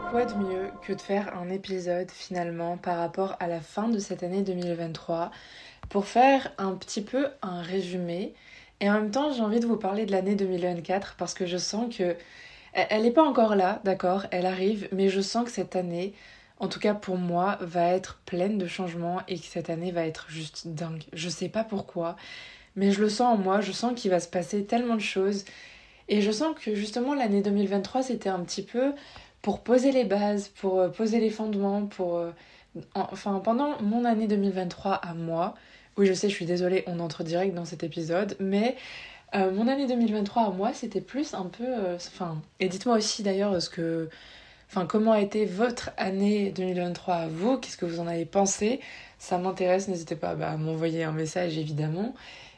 Quoi de mieux que de faire un épisode finalement par rapport à la fin de cette année 2023 pour faire un petit peu un résumé et en même temps j'ai envie de vous parler de l'année 2024 parce que je sens que elle n'est pas encore là, d'accord, elle arrive, mais je sens que cette année, en tout cas pour moi, va être pleine de changements et que cette année va être juste dingue. Je sais pas pourquoi, mais je le sens en moi, je sens qu'il va se passer tellement de choses et je sens que justement l'année 2023 c'était un petit peu pour poser les bases, pour poser les fondements, enfin pendant mon année 2023 à moi, oui je sais je suis désolée on entre direct dans cet épisode, mais mon année 2023 à moi c'était plus un peu... et dites-moi aussi d'ailleurs comment a été votre année 2023 à vous, qu'est-ce que vous en avez pensé, ça m'intéresse, n'hésitez pas à m'envoyer un message évidemment.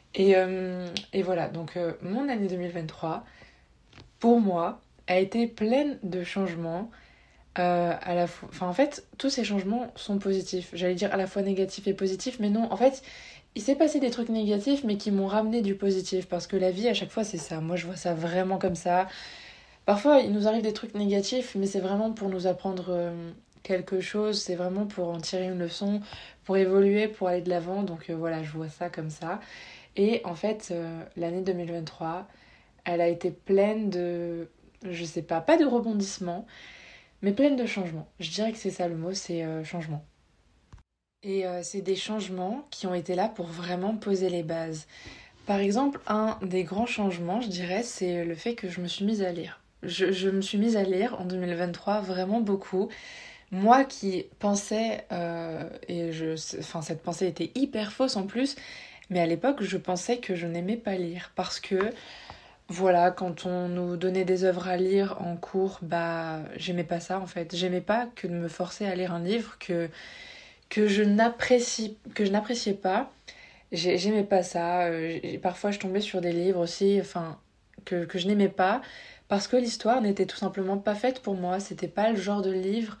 Et voilà, donc mon année 2023 pour moi, a été pleine de changements. À la fois... Enfin, en fait, tous ces changements sont positifs. J'allais dire à la fois négatifs et positifs, mais non, en fait, il s'est passé des trucs négatifs, mais qui m'ont ramené du positif. Parce que la vie, à chaque fois, c'est ça. Moi, je vois ça vraiment comme ça. Parfois, il nous arrive des trucs négatifs, mais c'est vraiment pour nous apprendre quelque chose. C'est vraiment pour en tirer une leçon, pour évoluer, pour aller de l'avant. Donc voilà, je vois ça comme ça. Et en fait, l'année 2023 elle a été pleine de, je sais pas de rebondissements, mais pleine de changements. Je dirais que c'est ça le mot, c'est changement. Et c'est des changements qui ont été là pour vraiment poser les bases. Par exemple, un des grands changements, je dirais, c'est le fait que je me suis mise à lire. Je me suis mise à lire en 2023 vraiment beaucoup. Moi qui pensais, cette pensée était hyper fausse en plus, mais à l'époque je pensais que je n'aimais pas lire parce que voilà, quand on nous donnait des œuvres à lire en cours, j'aimais pas ça en fait. J'aimais pas que de me forcer à lire un livre que je n'appréciais pas. J'aimais pas ça. Parfois, je tombais sur des livres aussi, que je n'aimais pas parce que l'histoire n'était tout simplement pas faite pour moi. C'était pas le genre de livre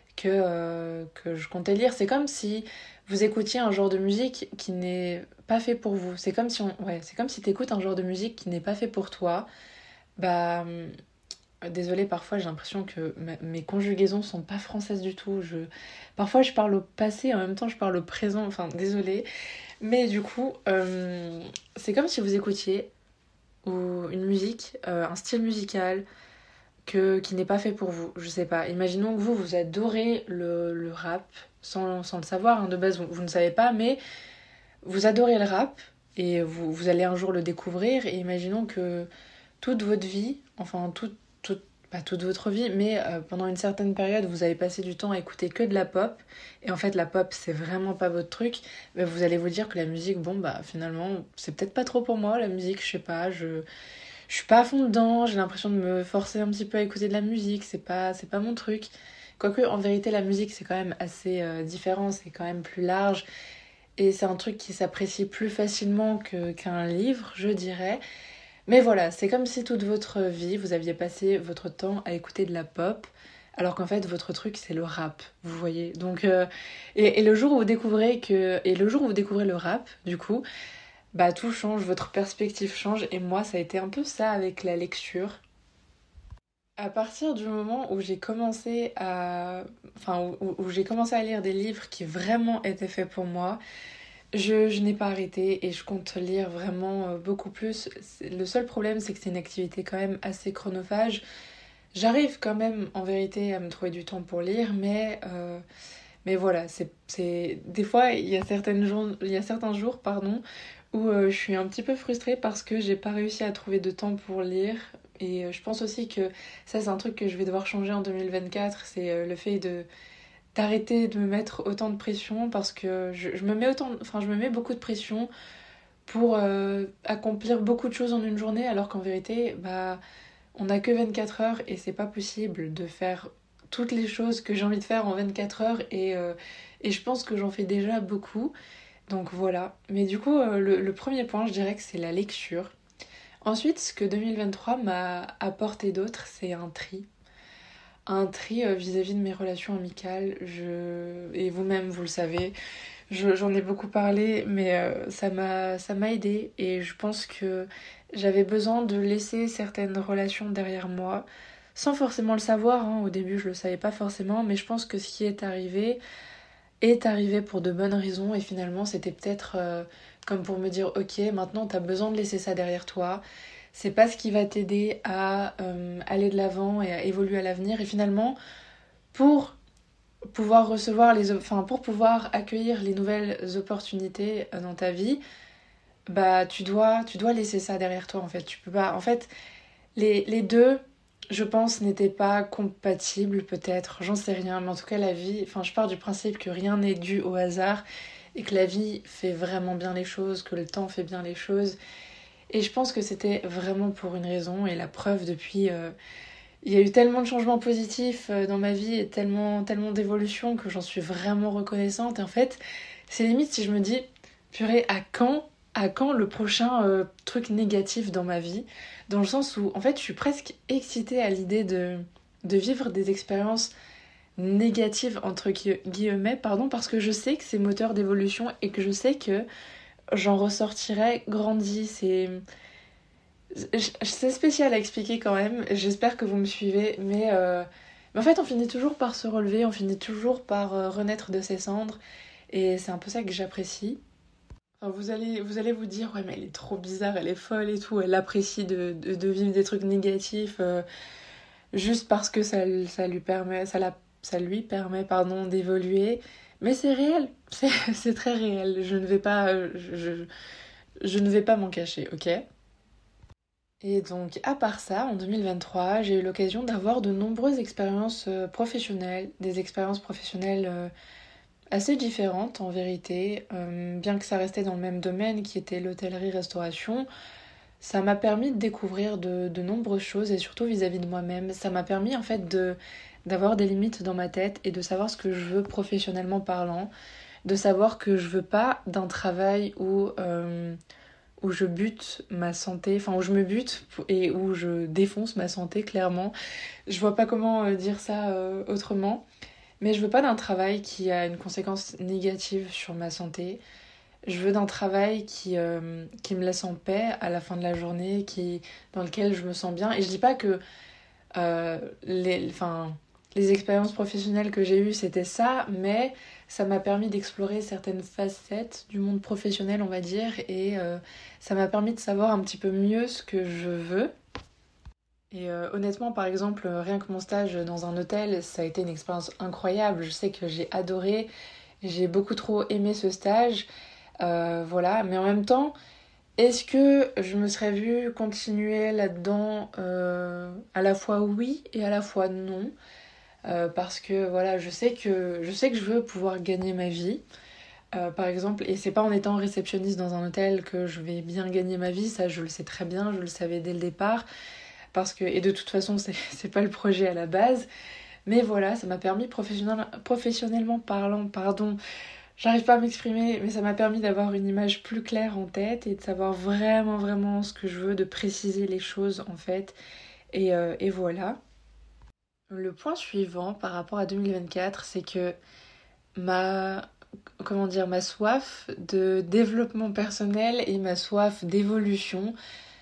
que je comptais lire. C'est comme si vous écoutiez un genre de musique qui n'est pas fait pour vous. C'est comme si t'écoutes un genre de musique qui n'est pas fait pour toi. Bah, désolée, parfois j'ai l'impression que mes conjugaisons sont pas françaises du tout. Parfois je parle au passé, en même temps je parle au présent. Enfin, désolée. Mais du coup, c'est comme si vous écoutiez une musique, un style musical qui n'est pas fait pour vous. Je sais pas. Imaginons que vous adorez le rap, sans le savoir, hein, de base vous ne savez pas, mais vous adorez le rap et vous allez un jour le découvrir. Et imaginons que toute votre vie, pas toute votre vie, mais pendant une certaine période, vous avez passé du temps à écouter que de la pop. Et en fait, la pop, c'est vraiment pas votre truc. Mais vous allez vous dire que la musique, finalement, c'est peut-être pas trop pour moi, la musique, je sais pas, je suis pas à fond dedans, j'ai l'impression de me forcer un petit peu à écouter de la musique, c'est pas mon truc. Quoique, en vérité, la musique, c'est quand même assez différent, c'est quand même plus large. Et c'est un truc qui s'apprécie plus facilement qu'un livre, je dirais. Mais voilà, c'est comme si toute votre vie, vous aviez passé votre temps à écouter de la pop, alors qu'en fait, votre truc, c'est le rap, vous voyez. Donc, et le jour où vous découvrez et le jour où vous découvrez le rap, du coup, tout change, votre perspective change. Et moi, ça a été un peu ça avec la lecture. À partir du moment où j'ai commencé où j'ai commencé à lire des livres qui vraiment étaient faits pour moi, je n'ai pas arrêté et je compte lire vraiment beaucoup plus. Le seul problème, c'est que c'est une activité quand même assez chronophage. J'arrive quand même en vérité à me trouver du temps pour lire, mais voilà, des fois, il y a certains jours, pardon, où je suis un petit peu frustrée parce que j'ai pas réussi à trouver de temps pour lire. Et je pense aussi que ça, c'est un truc que je vais devoir changer en 2024, c'est le fait d'arrêter de me mettre autant de pression parce que je me mets beaucoup de pression pour accomplir beaucoup de choses en une journée alors qu'en vérité, on n'a que 24 heures et c'est pas possible de faire toutes les choses que j'ai envie de faire en 24 heures et je pense que j'en fais déjà beaucoup. Donc voilà. Mais du coup, le premier point, je dirais que c'est la lecture. Ensuite, ce que 2023 m'a apporté d'autre, c'est un tri. Un tri vis-à-vis de mes relations amicales. Et vous-même, vous le savez, j'en ai beaucoup parlé, mais ça m'a aidée. Et je pense que j'avais besoin de laisser certaines relations derrière moi sans forcément le savoir, hein. Au début je le savais pas forcément, mais je pense que ce qui est arrivé pour de bonnes raisons et finalement c'était peut-être comme pour me dire ok, maintenant t'as besoin de laisser ça derrière toi, c'est pas ce qui va t'aider à aller de l'avant et à évoluer à l'avenir et finalement pour pouvoir pour pouvoir accueillir les nouvelles opportunités dans ta vie, bah tu dois laisser ça derrière toi en fait. Tu peux pas. En fait, les deux, je pense, n'étaient pas compatibles peut-être. J'en sais rien, mais en tout cas la vie. Enfin, je pars du principe que rien n'est dû au hasard et que la vie fait vraiment bien les choses, que le temps fait bien les choses. Et je pense que c'était vraiment pour une raison et la preuve depuis. Il y a eu tellement de changements positifs dans ma vie et tellement, tellement d'évolutions que j'en suis vraiment reconnaissante. Et en fait, c'est limite si je me dis, purée, à quand le prochain truc négatif dans ma vie? Dans le sens où, en fait, je suis presque excitée à l'idée de vivre des expériences négatives, entre guillemets, pardon, parce que je sais que c'est moteur d'évolution et que je sais que j'en ressortirai grandi. C'est spécial à expliquer quand même, j'espère que vous me suivez, mais en fait on finit toujours par se relever, on finit toujours par renaître de ses cendres, et c'est un peu ça que j'apprécie. Enfin, vous allez vous dire, ouais mais elle est trop bizarre, elle est folle et tout, elle apprécie de vivre des trucs négatifs juste parce que ça lui permet pardon, d'évoluer, mais c'est réel, c'est très réel, je ne vais pas m'en cacher, ok? Et donc, à part ça, en 2023, j'ai eu l'occasion d'avoir de nombreuses expériences professionnelles, des expériences professionnelles assez différentes en vérité, bien que ça restait dans le même domaine qui était l'hôtellerie-restauration. Ça m'a permis de découvrir de nombreuses choses et surtout vis-à-vis de moi-même. Ça m'a permis en fait d'avoir des limites dans ma tête et de savoir ce que je veux professionnellement parlant, de savoir que je veux pas d'un travail où je bute ma santé, enfin où je me bute et où je défonce ma santé clairement. Je vois pas comment dire ça autrement, mais je veux pas d'un travail qui a une conséquence négative sur ma santé. Je veux d'un travail qui me laisse en paix à la fin de la journée, dans lequel je me sens bien. Et je dis pas que les expériences professionnelles que j'ai eues, c'était ça, mais ça m'a permis d'explorer certaines facettes du monde professionnel, on va dire, et ça m'a permis de savoir un petit peu mieux ce que je veux. Et honnêtement, par exemple, rien que mon stage dans un hôtel, ça a été une expérience incroyable. Je sais que j'ai adoré, j'ai beaucoup trop aimé ce stage, voilà. Mais en même temps, est-ce que je me serais vue continuer là-dedans à la fois oui et à la fois non? Parce que voilà, je sais que je veux pouvoir gagner ma vie. Par exemple, et c'est pas en étant réceptionniste dans un hôtel que je vais bien gagner ma vie, ça je le sais très bien, je le savais dès le départ, et de toute façon c'est pas le projet à la base, mais voilà, ça m'a permis professionnellement parlant, pardon, j'arrive pas à m'exprimer, mais ça m'a permis d'avoir une image plus claire en tête et de savoir vraiment vraiment ce que je veux, de préciser les choses en fait, et voilà. Le point suivant par rapport à 2024, c'est que ma, ma soif de développement personnel et ma soif d'évolution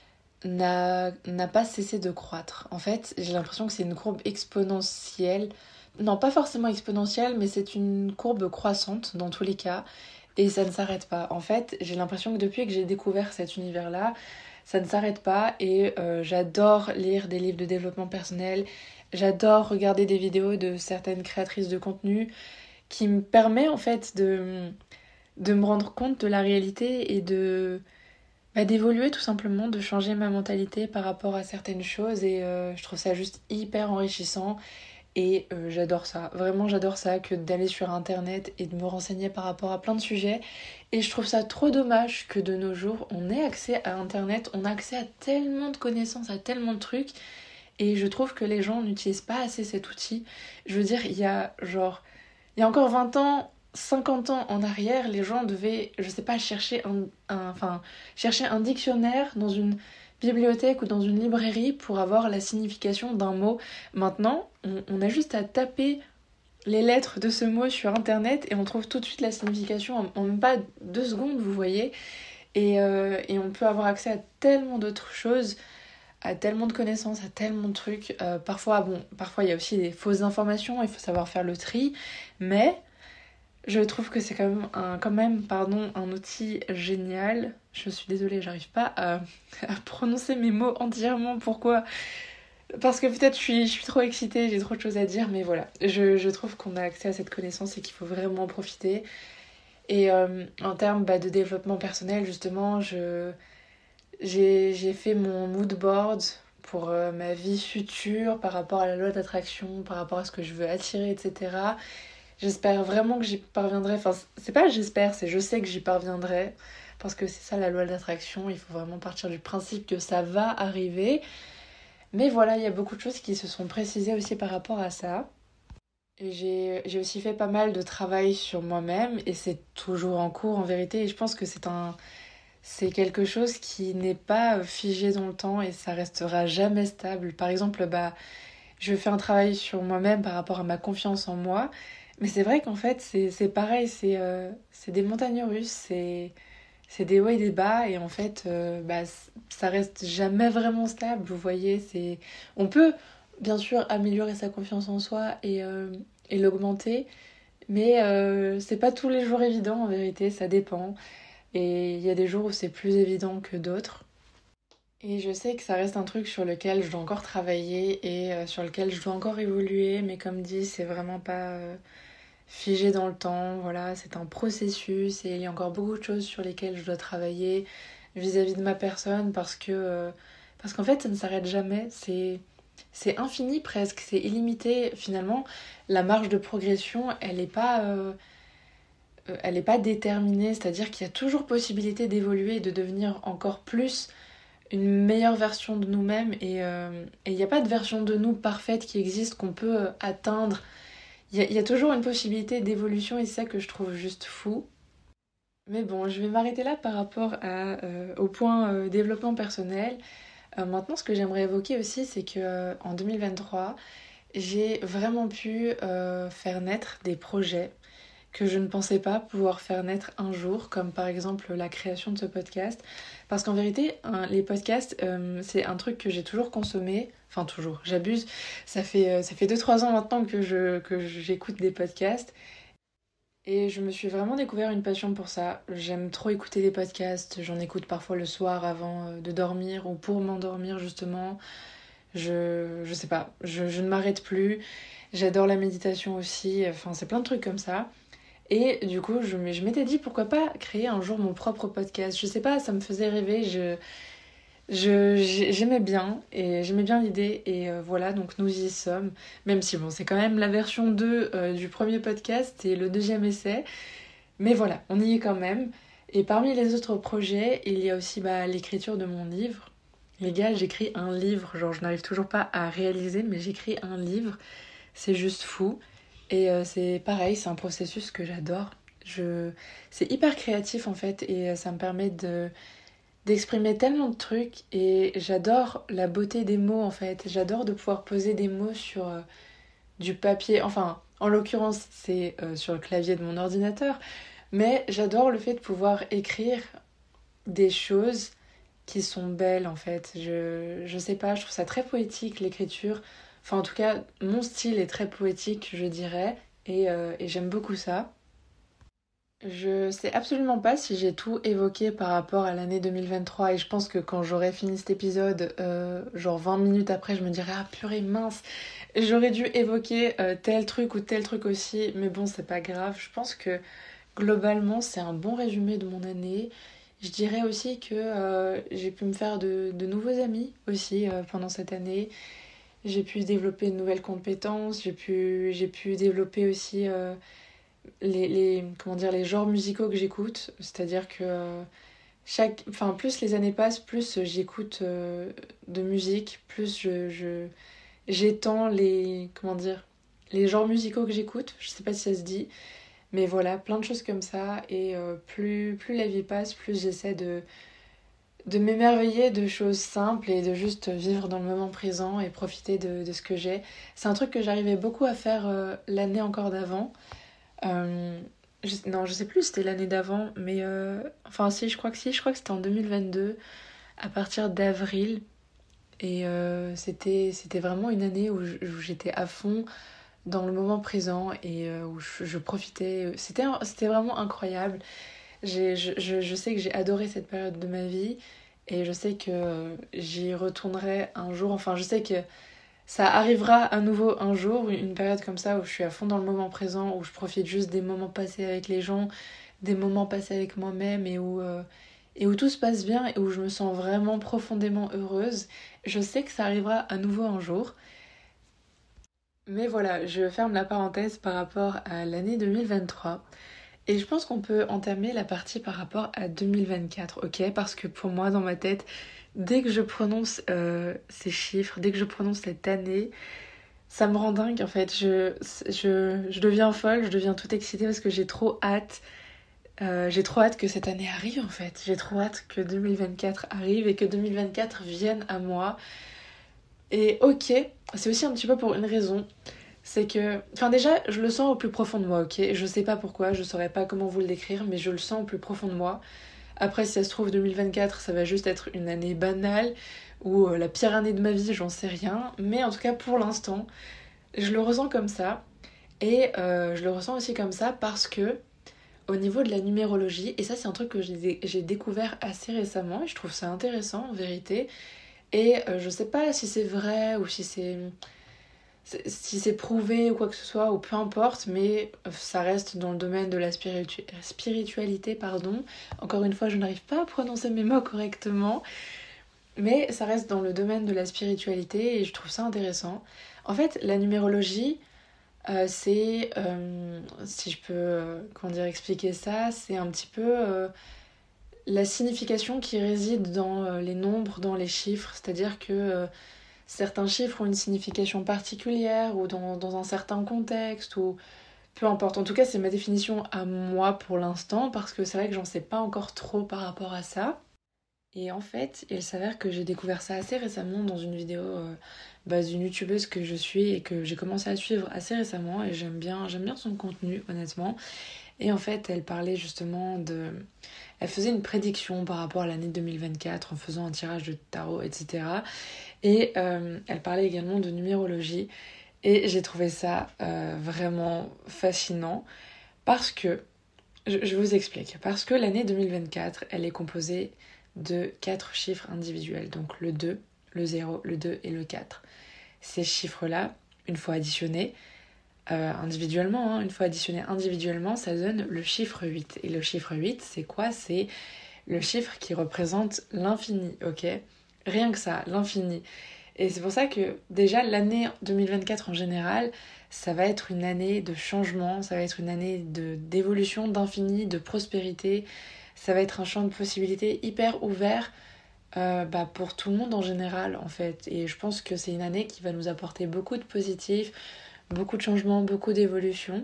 n'a pas cessé de croître. En fait, j'ai l'impression que c'est une courbe exponentielle. Non, pas forcément exponentielle, mais c'est une courbe croissante dans tous les cas. Et ça ne s'arrête pas. En fait, j'ai l'impression que depuis que j'ai découvert cet univers-là, ça ne s'arrête pas. Et j'adore lire des livres de développement personnel. J'adore regarder des vidéos de certaines créatrices de contenu qui me permet en fait de me rendre compte de la réalité et d'évoluer tout simplement, de changer ma mentalité par rapport à certaines choses et je trouve ça juste hyper enrichissant et j'adore ça, vraiment j'adore ça que d'aller sur internet et de me renseigner par rapport à plein de sujets et je trouve ça trop dommage que de nos jours on ait accès à internet, on a accès à tellement de connaissances, à tellement de trucs et je trouve que les gens n'utilisent pas assez cet outil. Je veux dire, il y a encore 20 ans, 50 ans en arrière, les gens devaient, je sais pas, chercher un dictionnaire dans une bibliothèque ou dans une librairie pour avoir la signification d'un mot. Maintenant, on a juste à taper les lettres de ce mot sur internet et on trouve tout de suite la signification en même pas 2 secondes, vous voyez. Et on peut avoir accès à tellement d'autres choses. à tellement de connaissances, à tellement de trucs. Parfois il y a aussi des fausses informations, il faut savoir faire le tri, mais je trouve que c'est quand même, un outil génial. Je suis désolée, j'arrive pas à prononcer mes mots entièrement. Pourquoi? Parce que peut-être je suis trop excitée, j'ai trop de choses à dire, mais voilà. Je trouve qu'on a accès à cette connaissance et qu'il faut vraiment en profiter. Et en termes de développement personnel, justement, j'ai fait mon mood board pour ma vie future par rapport à la loi d'attraction, par rapport à ce que je veux attirer, etc. J'espère vraiment que j'y parviendrai. Enfin, c'est pas j'espère, c'est je sais que j'y parviendrai. Parce que c'est ça la loi d'attraction, il faut vraiment partir du principe que ça va arriver. Mais voilà, il y a beaucoup de choses qui se sont précisées aussi par rapport à ça. Et j'ai aussi fait pas mal de travail sur moi-même et c'est toujours en cours en vérité. Et je pense que c'est quelque chose qui n'est pas figé dans le temps et ça restera jamais stable. Par exemple, je fais un travail sur moi-même par rapport à ma confiance en moi. Mais c'est vrai qu'en fait, c'est pareil, c'est des montagnes russes, c'est des hauts et des bas, et en fait, ça reste jamais vraiment stable, vous voyez. On peut, bien sûr, améliorer sa confiance en soi et l'augmenter, mais c'est pas tous les jours évident, en vérité, ça dépend. Et il y a des jours où c'est plus évident que d'autres. Et je sais que ça reste un truc sur lequel je dois encore travailler et sur lequel je dois encore évoluer, mais comme dit, c'est vraiment pas figé dans le temps. Voilà, c'est un processus et il y a encore beaucoup de choses sur lesquelles je dois travailler vis-à-vis de ma personne parce qu'en fait, ça ne s'arrête jamais. C'est infini presque, c'est illimité. Finalement, la marge de progression, elle est pas déterminée, c'est-à-dire qu'il y a toujours possibilité d'évoluer et de devenir encore plus une meilleure version de nous-mêmes et il n'y a pas de version de nous parfaite qui existe qu'on peut atteindre. Il y a toujours une possibilité d'évolution et c'est ça que je trouve juste fou. Mais bon, je vais m'arrêter là par rapport au point développement personnel. Maintenant, ce que j'aimerais évoquer aussi, c'est que en 2023, j'ai vraiment pu faire naître des projets que je ne pensais pas pouvoir faire naître un jour, comme par exemple la création de ce podcast. Parce qu'en vérité, les podcasts, c'est un truc que j'ai toujours consommé. Enfin, toujours, j'abuse. Ça fait 2-3 ans maintenant que j'écoute des podcasts. Et je me suis vraiment découvert une passion pour ça. J'aime trop écouter des podcasts. J'en écoute parfois le soir avant de dormir ou pour m'endormir justement. Je sais pas, je ne m'arrête plus. J'adore la méditation aussi. Enfin, c'est plein de trucs comme ça. Et du coup, je m'étais dit pourquoi pas créer un jour mon propre podcast. Je sais pas, ça me faisait rêver. J'aimais bien et j'aimais bien l'idée et voilà, donc nous y sommes. Même si bon, c'est quand même la version 2 du premier podcast et le deuxième essai. Mais voilà, on y est quand même. Et parmi les autres projets, il y a aussi l'écriture de mon livre. Les gars, j'écris un livre. Genre, je n'arrive toujours pas à réaliser, mais j'écris un livre. C'est juste fou. Et c'est pareil, c'est un processus que j'adore. C'est hyper créatif en fait et ça me permet d'exprimer tellement de trucs et j'adore la beauté des mots en fait. J'adore de pouvoir poser des mots sur du papier. Enfin, en l'occurrence, c'est sur le clavier de mon ordinateur. Mais j'adore le fait de pouvoir écrire des choses qui sont belles en fait. Je sais pas, je trouve ça très poétique l'écriture. Enfin, en tout cas, mon style est très poétique, je dirais, et j'aime beaucoup ça. Je sais absolument pas si j'ai tout évoqué par rapport à l'année 2023 et je pense que quand j'aurai fini cet épisode, genre 20 minutes après, je me dirai ah purée mince, j'aurais dû évoquer tel truc ou tel truc aussi, mais bon, c'est pas grave. Je pense que globalement, c'est un bon résumé de mon année. Je dirais aussi que j'ai pu me faire de nouveaux amis aussi pendant cette année. J'ai pu développer de nouvelles compétences, j'ai pu développer aussi comment dire, les genres musicaux que j'écoute. C'est-à-dire que enfin, plus les années passent, plus j'écoute de musique, plus j'étends comment dire, les genres musicaux que j'écoute. Je sais pas si ça se dit, mais voilà, plein de choses comme ça. Et plus la vie passe, plus j'essaie de m'émerveiller de choses simples et de juste vivre dans le moment présent et profiter de ce que j'ai. C'est un truc que j'arrivais beaucoup à faire l'année encore d'avant. Non, je sais plus si c'était l'année d'avant, mais enfin si, je crois que c'était en 2022, à partir d'avril. Et c'était vraiment une année où j'étais à fond dans le moment présent et où je profitais. C'était vraiment incroyable. Je sais que j'ai adoré cette période de ma vie et je sais que j'y retournerai un jour. Enfin, je sais que ça arrivera à nouveau un jour, une période comme ça où je suis à fond dans le moment présent, où je profite juste des moments passés avec les gens, des moments passés avec moi-même et où tout se passe bien et où je me sens vraiment profondément heureuse. Je sais que ça arrivera à nouveau un jour. Mais voilà, je ferme la parenthèse par rapport à l'année 2023. Et je pense qu'on peut entamer la partie par rapport à 2024, ok? Parce que pour moi, dans ma tête, dès que je prononce ces chiffres, dès que je prononce cette année, ça me rend dingue en fait. Je deviens folle, je deviens toute excitée parce que j'ai trop hâte. J'ai trop hâte que cette année arrive en fait. J'ai trop hâte que 2024 arrive et que 2024 vienne à moi. Et ok, c'est aussi un petit peu pour une raison. C'est que, enfin déjà, je le sens au plus profond de moi, ok? Je sais pas pourquoi, je saurais pas comment vous le décrire, mais je le sens au plus profond de moi. Après, si ça se trouve, 2024, ça va juste être une année banale, ou la pire année de ma vie, j'en sais rien. Mais en tout cas, pour l'instant, je le ressens comme ça. Et je le ressens aussi comme ça parce que, au niveau de la numérologie, et ça c'est un truc que j'ai découvert assez récemment, et je trouve ça intéressant en vérité, et je sais pas si c'est vrai ou si c'est prouvé ou quoi que ce soit, ou peu importe, mais ça reste dans le domaine de la spiritualité, pardon. Encore une fois, je n'arrive pas à prononcer mes mots correctement, mais ça reste dans le domaine de la spiritualité et je trouve ça intéressant. En fait, la numérologie, c'est, si je peux, comment dire, expliquer ça, c'est un petit peu la signification qui réside dans les nombres, dans les chiffres, c'est-à-dire que certains chiffres ont une signification particulière ou dans un certain contexte ou peu importe. En tout cas, c'est ma définition à moi pour l'instant parce que c'est vrai que j'en sais pas encore trop par rapport à ça. Et en fait, il s'avère que j'ai découvert ça assez récemment dans une vidéo d'une youtubeuse que je suis et que j'ai commencé à suivre assez récemment et j'aime bien son contenu honnêtement. Et en fait, elle parlait justement de... Elle faisait une prédiction par rapport à l'année 2024 en faisant un tirage de tarot, etc. Et elle parlait également de numérologie. Et j'ai trouvé ça vraiment fascinant parce que, je vous explique, parce que l'année 2024, elle est composée de 4 chiffres individuels. Donc le 2, le 0, le 2 et le 4. Ces chiffres-là, une fois additionnés, individuellement, hein, une fois additionnés individuellement, ça donne le chiffre 8. Et le chiffre 8, c'est quoi? C'est le chiffre qui représente l'infini, ok? Rien que ça, l'infini. Et c'est pour ça que déjà l'année 2024 en général, ça va être une année de changement, ça va être une année d'évolution, d'infini, de prospérité. Ça va être un champ de possibilités hyper ouvert pour tout le monde en général en fait. Et je pense que c'est une année qui va nous apporter beaucoup de positifs, beaucoup de changements, beaucoup d'évolutions.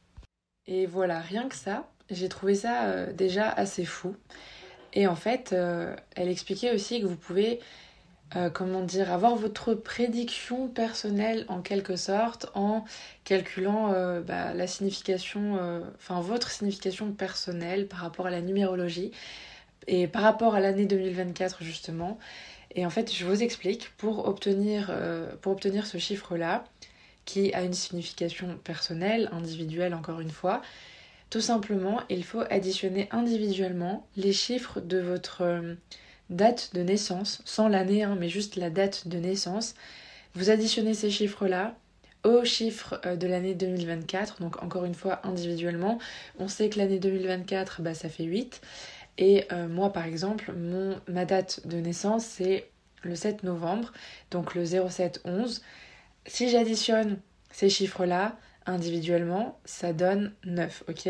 Et voilà, rien que ça, j'ai trouvé ça déjà assez fou. Et en fait, elle expliquait aussi que vous pouvez comment dire, avoir votre prédiction personnelle en quelque sorte en calculant la signification, enfin votre signification personnelle par rapport à la numérologie et par rapport à l'année 2024 justement. Et en fait, je vous explique, pour obtenir ce chiffre-là, qui a une signification personnelle, individuelle encore une fois, tout simplement, il faut additionner individuellement les chiffres de votre date de naissance, sans l'année, hein, mais juste la date de naissance. Vous additionnez ces chiffres-là aux chiffres de l'année 2024, donc encore une fois individuellement. On sait que l'année 2024, ça fait 8. Et moi, par exemple, ma date de naissance, c'est le 7 novembre, donc le 07-11. Si j'additionne ces chiffres-là individuellement, ça donne 9, ok?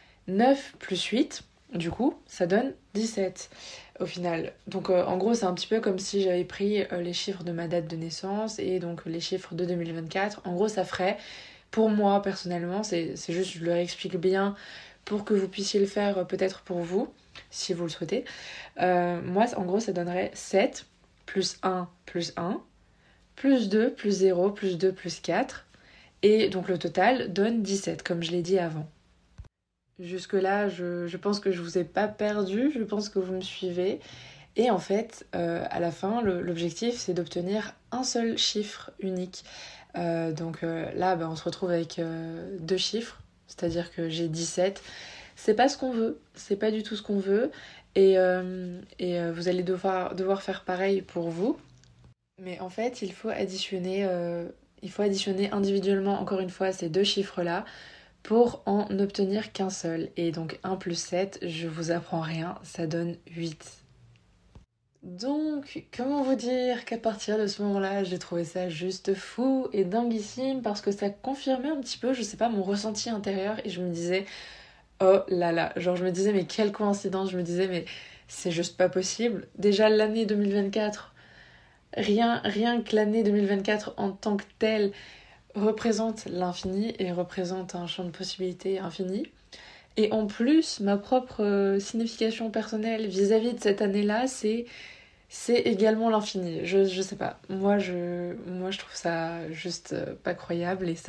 9 plus 8, du coup, ça donne 17 au final. Donc en gros, c'est un petit peu comme si j'avais pris les chiffres de ma date de naissance et donc les chiffres de 2024. En gros, ça ferait, pour moi personnellement, c'est juste, je le réexplique bien pour que vous puissiez le faire peut-être pour vous, si vous le souhaitez. Moi, en gros, ça donnerait 7 plus 1 plus 1, plus 2 plus 0 plus 2 plus 4. Et donc le total donne 17, comme je l'ai dit avant. Jusque-là, je pense que je vous ai pas perdu, je pense que vous me suivez. Et en fait, à la fin, l'objectif, c'est d'obtenir un seul chiffre unique. Là, on se retrouve avec deux chiffres, c'est-à-dire que j'ai 17. C'est pas ce qu'on veut, c'est pas du tout ce qu'on veut. Vous allez devoir faire pareil pour vous. Mais en fait, il faut additionner individuellement, encore une fois, ces deux chiffres-là pour en obtenir qu'un seul. Et donc 1 plus 7, je vous apprends rien, ça donne 8. Donc, comment vous dire qu'à partir de ce moment-là, j'ai trouvé ça juste fou et dinguissime parce que ça confirmait un petit peu, je sais pas, mon ressenti intérieur et je me disais, oh là là, genre je me disais, mais quelle coïncidence, je me disais, mais c'est juste pas possible. Déjà l'année 2024, rien que l'année 2024 en tant que telle représente l'infini et représente un champ de possibilités infini. Et en plus, ma propre signification personnelle vis-à-vis de cette année-là, c'est également l'infini. Je sais pas. Moi, je trouve ça juste pas croyable et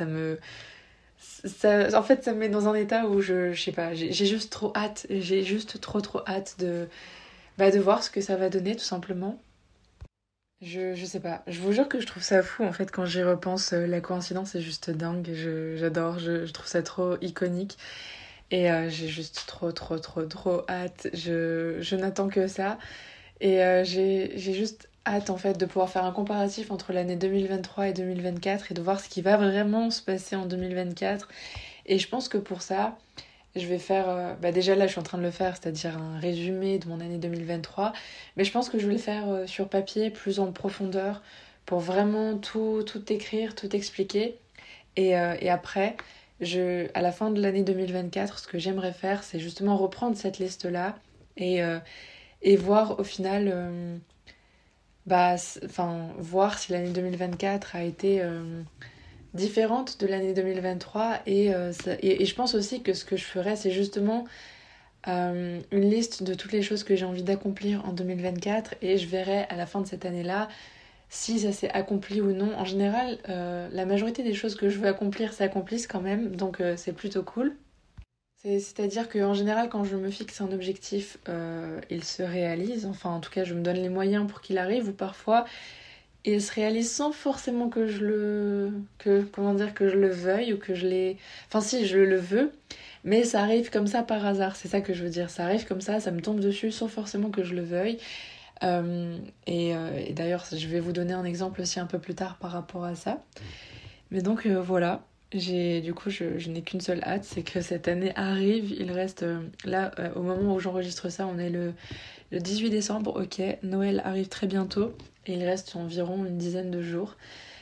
en fait, ça me met dans un état où je sais pas, j'ai juste trop hâte. J'ai juste trop hâte de voir ce que ça va donner, tout simplement. Je sais pas. Je vous jure que je trouve ça fou, en fait, quand j'y repense. La coïncidence est juste dingue. J'adore. Je trouve ça trop iconique. Et j'ai juste trop hâte. Je n'attends que ça. Et j'ai juste hâte en fait de pouvoir faire un comparatif entre l'année 2023 et 2024 et de voir ce qui va vraiment se passer en 2024. Et je pense que pour ça, je vais faire... déjà là, je suis en train de le faire, c'est-à-dire un résumé de mon année 2023. Mais je pense que je vais le faire sur papier, plus en profondeur, pour vraiment tout écrire, tout expliquer. Et après, à la fin de l'année 2024, ce que j'aimerais faire, c'est justement reprendre cette liste-là et voir au final, voir si l'année 2024 a été différente de l'année 2023. Et je pense aussi que ce que je ferais, c'est justement une liste de toutes les choses que j'ai envie d'accomplir en 2024 et je verrai à la fin de cette année-là si ça s'est accompli ou non. En général, la majorité des choses que je veux accomplir s'accomplissent quand même, donc c'est plutôt cool. C'est-à-dire qu'en général, quand je me fixe un objectif, il se réalise. Enfin, en tout cas, je me donne les moyens pour qu'il arrive. Ou parfois, il se réalise sans forcément que que je le veuille ou que je l'ai... Enfin, si, je le veux, mais ça arrive comme ça par hasard. C'est ça que je veux dire. Ça arrive comme ça me tombe dessus sans forcément que je le veuille. Et d'ailleurs, je vais vous donner un exemple aussi un peu plus tard par rapport à ça. Mais donc, voilà. Je n'ai qu'une seule hâte, c'est que cette année arrive. Il reste au moment où j'enregistre ça, on est le 18 décembre, ok, Noël arrive très bientôt et il reste environ une dizaine de jours.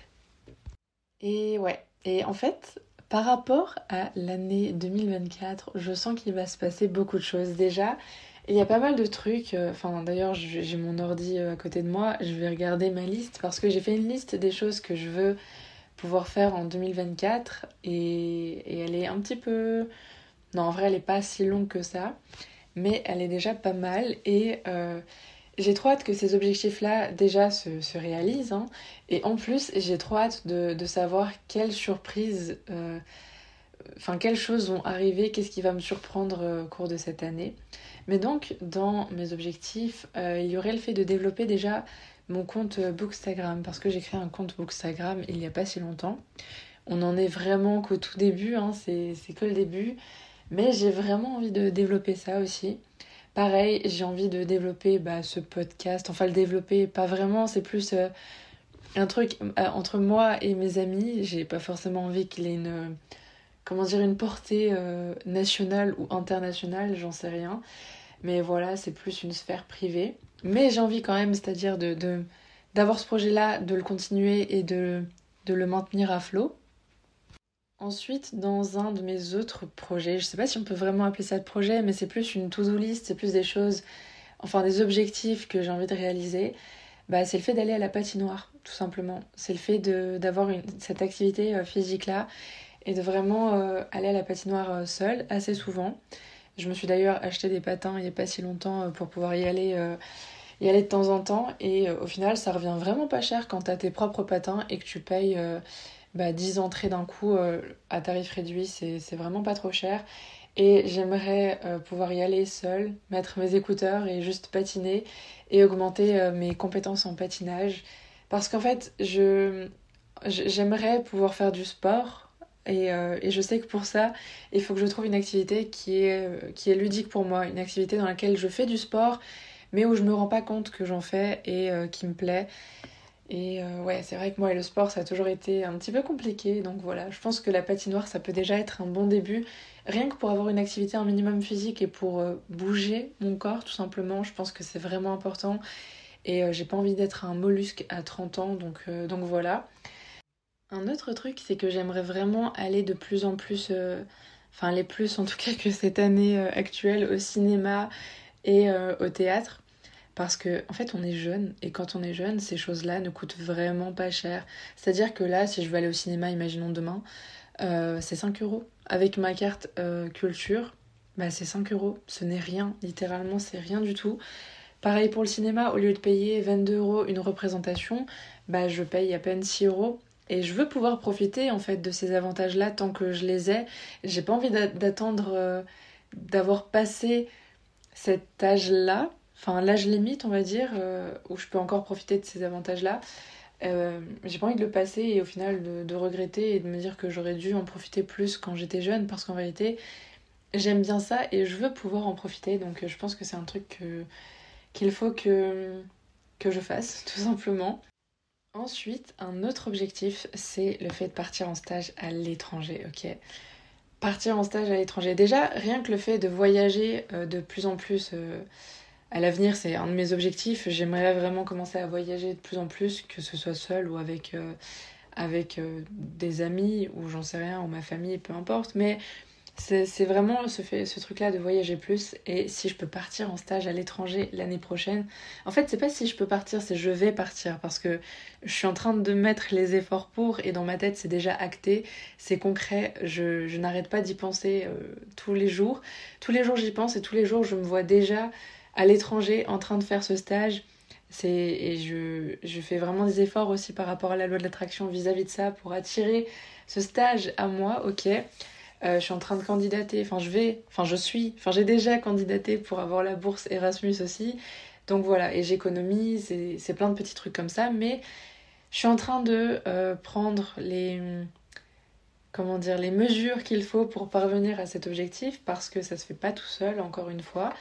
Et ouais, et en fait, par rapport à l'année 2024, je sens qu'il va se passer beaucoup de choses. Déjà, il y a pas mal de trucs, d'ailleurs j'ai mon ordi à côté de moi, je vais regarder ma liste parce que j'ai fait une liste des choses que je veux pouvoir faire en 2024 et elle est un petit peu... Non, en vrai, elle est pas si longue que ça, mais elle est déjà pas mal et j'ai trop hâte que ces objectifs-là déjà se réalisent, hein. Et en plus, j'ai trop hâte de savoir quelles surprises, quelles choses vont arriver, qu'est-ce qui va me surprendre au cours de cette année. Mais donc, dans mes objectifs, il y aurait le fait de développer déjà mon compte Bookstagram, parce que j'ai créé un compte Bookstagram il n'y a pas si longtemps. On en est vraiment qu'au tout début, hein, c'est que le début, mais j'ai vraiment envie de développer ça aussi. Pareil, j'ai envie de développer ce podcast, enfin le développer, pas vraiment, c'est plus un truc entre moi et mes amis. J'ai pas forcément envie qu'il ait une portée nationale ou internationale, j'en sais rien. Mais voilà, c'est plus une sphère privée. Mais j'ai envie quand même, c'est-à-dire d'avoir ce projet-là, de le continuer et de le maintenir à flot. Ensuite, dans un de mes autres projets, je sais pas si on peut vraiment appeler ça de projet, mais c'est plus une to-do list, c'est plus des choses, des objectifs que j'ai envie de réaliser. C'est le fait d'aller à la patinoire, tout simplement. C'est le fait d'avoir cette activité physique-là et de vraiment aller à la patinoire seule, assez souvent. Je me suis d'ailleurs acheté des patins il n'y a pas si longtemps pour pouvoir y aller de temps en temps. Et au final, ça revient vraiment pas cher quand t'as tes propres patins et que tu payes 10 entrées d'un coup à tarif réduit. C'est vraiment pas trop cher. Et j'aimerais pouvoir y aller seule, mettre mes écouteurs et juste patiner et augmenter mes compétences en patinage. Parce qu'en fait, j'aimerais pouvoir faire du sport et je sais que pour ça, il faut que je trouve une activité qui est ludique pour moi, une activité dans laquelle je fais du sport, mais où je me rends pas compte que j'en fais et qui me plaît. Et ouais, c'est vrai que moi et le sport, ça a toujours été un petit peu compliqué. Donc voilà, je pense que la patinoire, ça peut déjà être un bon début. Rien que pour avoir une activité un minimum physique et pour bouger mon corps, tout simplement, je pense que c'est vraiment important. Et j'ai pas envie d'être un mollusque à 30 ans, donc voilà. Un autre truc, c'est que j'aimerais vraiment aller de plus en plus, enfin aller plus en tout cas que cette année actuelle au cinéma et au théâtre. Parce que en fait on est jeune et quand on est jeune, ces choses-là ne coûtent vraiment pas cher. C'est-à-dire que là, si je veux aller au cinéma, imaginons demain, c'est 5 euros. Avec ma carte culture, bah c'est 5 euros. Ce n'est rien, littéralement c'est rien du tout. Pareil pour le cinéma, au lieu de payer 22 euros une représentation, bah je paye à peine 6 euros. Et je veux pouvoir profiter en fait de ces avantages-là tant que je les ai. J'ai pas envie d'attendre d'avoir passé cet âge-là, enfin l'âge limite on va dire, où je peux encore profiter de ces avantages-là. J'ai pas envie de le passer et au final de regretter et de me dire que j'aurais dû en profiter plus quand j'étais jeune parce qu'en vérité j'aime bien ça et je veux pouvoir en profiter donc je pense que c'est un truc qu'il faut que je fasse tout simplement. Ensuite, un autre objectif, c'est le fait de partir en stage à l'étranger, ok? Partir en stage à l'étranger. Déjà, rien que le fait de voyager de plus en plus à l'avenir, c'est un de mes objectifs. J'aimerais vraiment commencer à voyager de plus en plus, que ce soit seul ou avec des amis, ou j'en sais rien, ou ma famille, peu importe. Mais c'est vraiment ce truc-là de voyager plus. Et si je peux partir en stage à l'étranger l'année prochaine, en fait, c'est pas si je peux partir, c'est je vais partir parce que je suis en train de mettre les efforts pour et dans ma tête, c'est déjà acté, c'est concret. Je n'arrête pas d'y penser tous les jours. Tous les jours, j'y pense et tous les jours, je me vois déjà à l'étranger en train de faire ce stage. Et je fais vraiment des efforts aussi par rapport à la loi de l'attraction vis-à-vis de ça pour attirer ce stage à moi, ok. Je suis en train de candidater, j'ai déjà candidaté pour avoir la bourse Erasmus aussi. Donc voilà, et j'économise, c'est plein de petits trucs comme ça, mais je suis en train de prendre comment dire, les mesures qu'il faut pour parvenir à cet objectif, parce que ça se fait pas tout seul, encore une fois.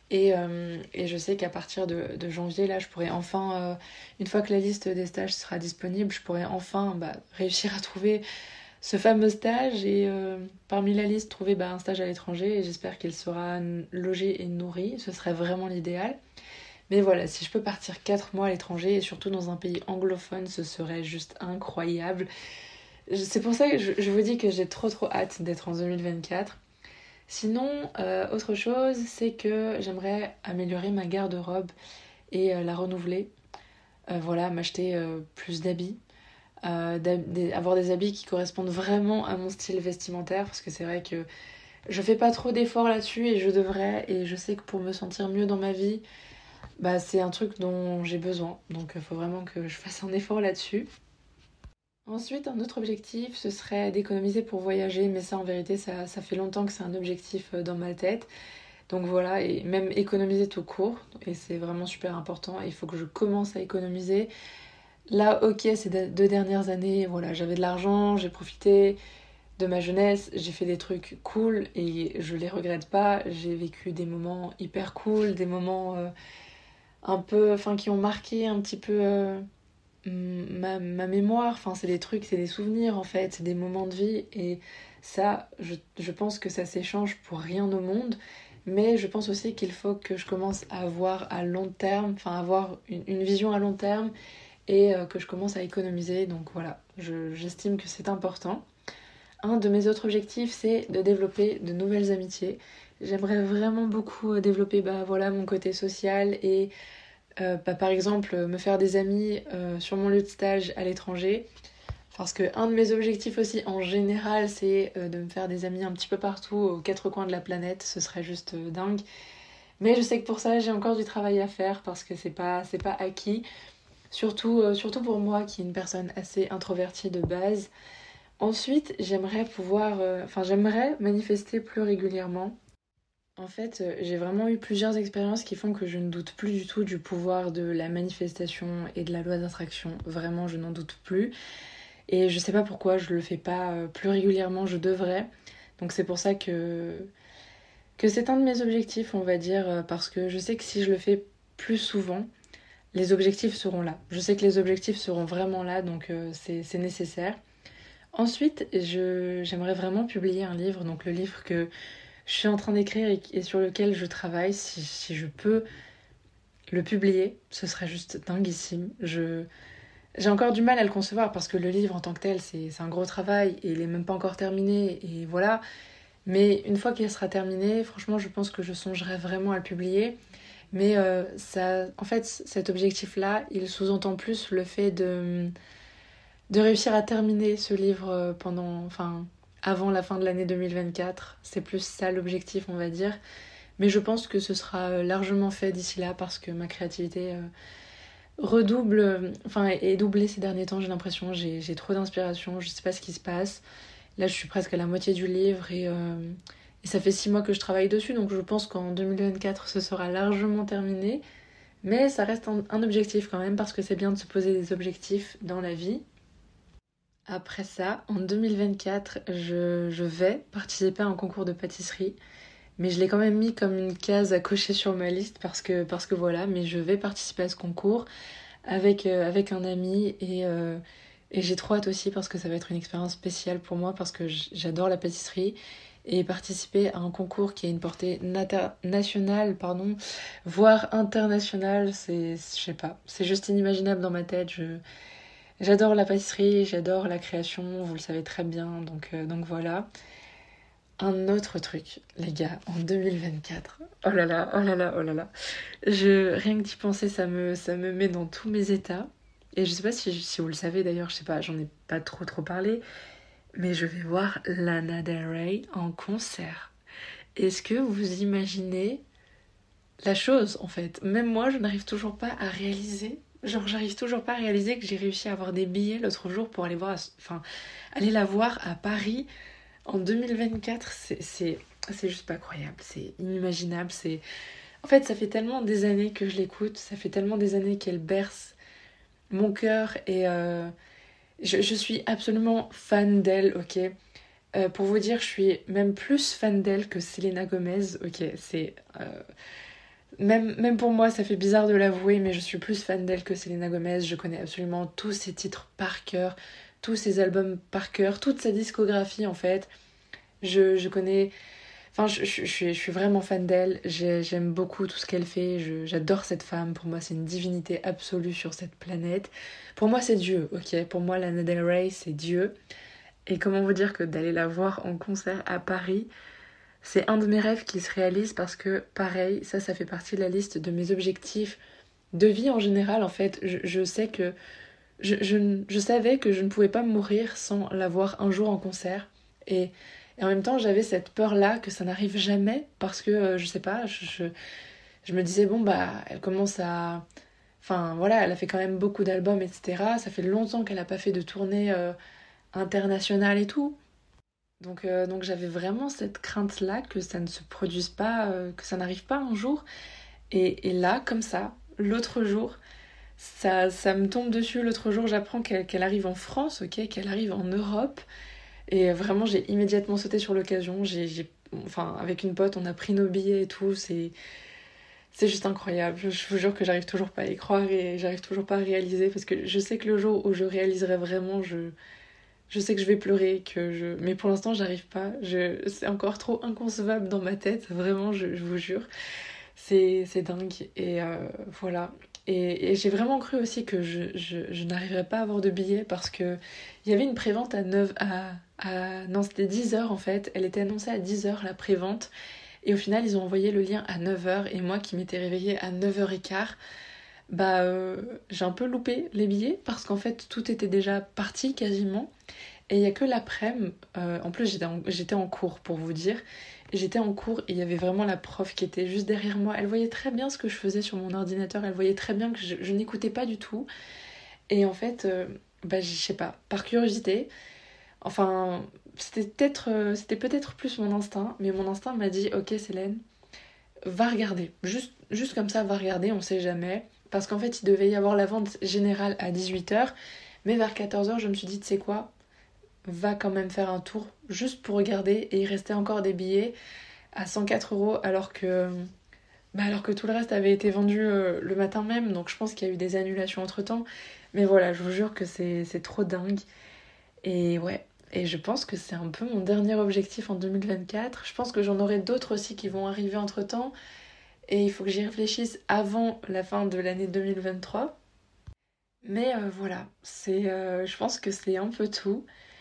Et je sais qu'à partir de janvier, là, je pourrais enfin, une fois que la liste des stages sera disponible, je pourrais enfin réussir à trouver ce fameux stage et parmi la liste trouver un stage à l'étranger et j'espère qu'il sera logé et nourri, ce serait vraiment l'idéal. Mais voilà, si je peux partir 4 mois à l'étranger et surtout dans un pays anglophone, ce serait juste incroyable. C'est pour ça que je vous dis que j'ai trop hâte d'être en 2024. Sinon, autre chose, c'est que j'aimerais améliorer ma garde-robe et la renouveler. Voilà, m'acheter plus d'habits avoir des habits qui correspondent vraiment à mon style vestimentaire parce que c'est vrai que je fais pas trop d'efforts là-dessus et je devrais et je sais que pour me sentir mieux dans ma vie c'est un truc dont j'ai besoin donc il faut vraiment que je fasse un effort là-dessus. Ensuite un autre objectif ce serait d'économiser pour voyager mais ça en vérité ça fait longtemps que c'est un objectif dans ma tête donc voilà et même économiser tout court et c'est vraiment super important et il faut que je commence à économiser. Là, ok, ces 2 dernières années, voilà, j'avais de l'argent, j'ai profité de ma jeunesse, j'ai fait des trucs cool et je les regrette pas. J'ai vécu des moments hyper cool, des moments un peu, enfin, qui ont marqué un petit peu ma mémoire. Enfin, c'est des trucs, c'est des souvenirs en fait, c'est des moments de vie et ça, je pense que ça s'échange pour rien au monde. Mais je pense aussi qu'il faut que je commence à voir à long terme, enfin avoir une vision à long terme et que je commence à économiser. Donc voilà, j'estime que c'est important. Un de mes autres objectifs, c'est de développer de nouvelles amitiés. J'aimerais vraiment beaucoup développer voilà, mon côté social et par exemple me faire des amis sur mon lieu de stage à l'étranger. Parce que un de mes objectifs aussi en général, c'est de me faire des amis un petit peu partout, aux 4 coins de la planète. Ce serait juste dingue. Mais je sais que pour ça, j'ai encore du travail à faire parce que c'est pas acquis. Surtout pour moi qui est une personne assez introvertie de base. Ensuite, j'aimerais manifester plus régulièrement. En fait, j'ai vraiment eu plusieurs expériences qui font que je ne doute plus du tout du pouvoir de la manifestation et de la loi d'attraction. Vraiment, je n'en doute plus. Et je sais pas pourquoi je le fais pas plus régulièrement, je devrais. Donc c'est pour ça que c'est un de mes objectifs, on va dire, parce que je sais que si je le fais plus souvent, les objectifs seront là. Je sais que les objectifs seront vraiment là, donc c'est nécessaire. Ensuite, j'aimerais vraiment publier un livre, donc le livre que je suis en train d'écrire et sur lequel je travaille. Si je peux le publier, ce serait juste dinguissime. J'ai encore du mal à le concevoir parce que le livre en tant que tel, c'est un gros travail et il est même pas encore terminé, et voilà. Mais une fois qu'il sera terminé, franchement, je pense que je songerai vraiment à le publier. Mais en fait, cet objectif-là, il sous-entend plus le fait de réussir à terminer ce livre avant la fin de l'année 2024. C'est plus ça l'objectif, on va dire. Mais je pense que ce sera largement fait d'ici là parce que ma créativité est doublée ces derniers temps, j'ai l'impression. J'ai trop d'inspiration, je sais pas ce qui se passe. Là, je suis presque à la moitié du livre et ça fait 6 mois que je travaille dessus, donc je pense qu'en 2024, ce sera largement terminé. Mais ça reste un objectif quand même, parce que c'est bien de se poser des objectifs dans la vie. Après ça, en 2024, je vais participer à un concours de pâtisserie. Mais je l'ai quand même mis comme une case à cocher sur ma liste parce que voilà, mais je vais participer à ce concours avec un ami et j'ai trop hâte aussi parce que ça va être une expérience spéciale pour moi parce que j'adore la pâtisserie et participer à un concours qui a une portée nationale, pardon, voire internationale, je sais pas, c'est juste inimaginable dans ma tête. J'adore la pâtisserie, j'adore la création, vous le savez très bien, donc voilà. Un autre truc, les gars, en 2024. Oh là là, oh là là, oh là là. Rien que d'y penser, ça me met dans tous mes états. Et je sais pas si vous le savez d'ailleurs, je sais pas, j'en ai pas trop parlé, mais je vais voir Lana Del Rey en concert. Est-ce que vous imaginez la chose en fait? Même moi, je n'arrive toujours pas à réaliser. Genre, j'arrive toujours pas à réaliser que j'ai réussi à avoir des billets l'autre jour pour aller la voir à Paris en 2024. C'est juste pas croyable, c'est inimaginable. En fait, ça fait tellement des années que je l'écoute, ça fait tellement des années qu'elle berce mon cœur et je suis absolument fan d'elle, ok. Pour vous dire, je suis même plus fan d'elle que Selena Gomez, ok. Même pour moi, ça fait bizarre de l'avouer, mais je suis plus fan d'elle que Selena Gomez. Je connais absolument tous ses titres par cœur, tous ses albums par cœur, toute sa discographie en fait. Je connais. Enfin, je suis vraiment fan d'elle. J'aime beaucoup tout ce qu'elle fait. J'adore cette femme. Pour moi, c'est une divinité absolue sur cette planète. Pour moi, c'est Dieu, ok? Pour moi, Lana Del Rey, c'est Dieu. Et comment vous dire que d'aller la voir en concert à Paris, c'est un de mes rêves qui se réalise parce que, pareil, ça fait partie de la liste de mes objectifs de vie en général. En fait, je sais que je savais que je ne pouvais pas mourir sans la voir un jour en concert. Et en même temps, j'avais cette peur-là que ça n'arrive jamais parce que, je sais pas, je me disais, bon, bah, elle commence à. Enfin, voilà, elle a fait quand même beaucoup d'albums, etc. Ça fait longtemps qu'elle n'a pas fait de tournée internationale et tout. Donc j'avais vraiment cette crainte-là que ça ne se produise pas, que ça n'arrive pas un jour. Et là, comme ça, l'autre jour, ça me tombe dessus. L'autre jour, j'apprends qu'elle arrive en France, ok, qu'elle arrive en Europe. Et vraiment, j'ai immédiatement sauté sur l'occasion. Avec une pote, on a pris nos billets et tout. C'est juste incroyable. Je vous jure que j'arrive toujours pas à y croire et j'arrive toujours pas à réaliser parce que je sais que le jour où je réaliserai vraiment, je sais que je vais pleurer, mais pour l'instant, j'arrive pas. C'est encore trop inconcevable dans ma tête. Vraiment, je vous jure. C'est dingue. Et voilà. Et j'ai vraiment cru aussi que je n'arriverais pas à avoir de billets parce que il y avait une prévente non, c'était 10h en fait. Elle était annoncée à 10h la prévente. Et au final, ils ont envoyé le lien à 9h. Et moi qui m'étais réveillée à 9h15, j'ai un peu loupé les billets parce qu'en fait, tout était déjà parti quasiment. Et il n'y a que l'après-midi. En plus, j'étais en cours pour vous dire. J'étais en cours et il y avait vraiment la prof qui était juste derrière moi. Elle voyait très bien ce que je faisais sur mon ordinateur. Elle voyait très bien que je n'écoutais pas du tout. Et en fait, je sais pas, par curiosité, Enfin, c'était peut-être plus mon instinct, mais mon instinct m'a dit ok Célène, va regarder. Juste comme ça, va regarder, on sait jamais. Parce qu'en fait, il devait y avoir la vente générale à 18h, mais vers 14h, je me suis dit, tu sais quoi, va quand même faire un tour, juste pour regarder, et il restait encore des billets à 104 € alors que tout le reste avait été vendu le matin même, donc je pense qu'il y a eu des annulations entre-temps. Mais voilà, je vous jure que c'est trop dingue. Et ouais, et je pense que c'est un peu mon dernier objectif en 2024. Je pense que j'en aurai d'autres aussi qui vont arriver entre-temps. Et il faut que j'y réfléchisse avant la fin de l'année 2023. Mais voilà, je pense que c'est un peu tout.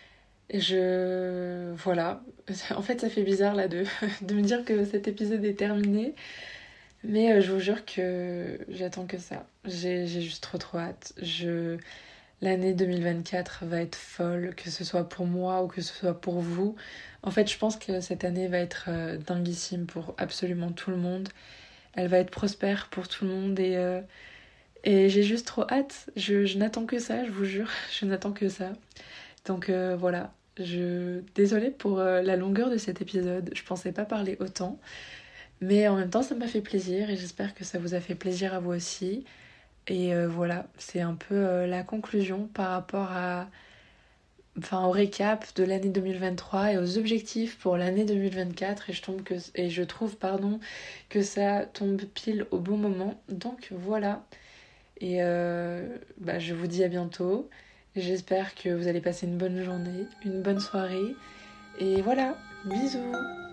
Voilà. En fait, ça fait bizarre là de me dire que cet épisode est terminé. Mais je vous jure que j'attends que ça. J'ai juste trop hâte. L'année 2024 va être folle, que ce soit pour moi ou que ce soit pour vous. En fait, je pense que cette année va être dinguissime pour absolument tout le monde. Elle va être prospère pour tout le monde et j'ai juste trop hâte. Je n'attends que ça, je vous jure. Je n'attends que ça. Donc voilà. Désolée pour la longueur de cet épisode. Je pensais pas parler autant. Mais en même temps, ça m'a fait plaisir et j'espère que ça vous a fait plaisir à vous aussi. Et voilà, c'est un peu la conclusion par rapport au récap de l'année 2023 et aux objectifs pour l'année 2024. Et je trouve que ça tombe pile au bon moment. Donc voilà. Et je vous dis à bientôt. J'espère que vous allez passer une bonne journée, une bonne soirée. Et voilà, bisous!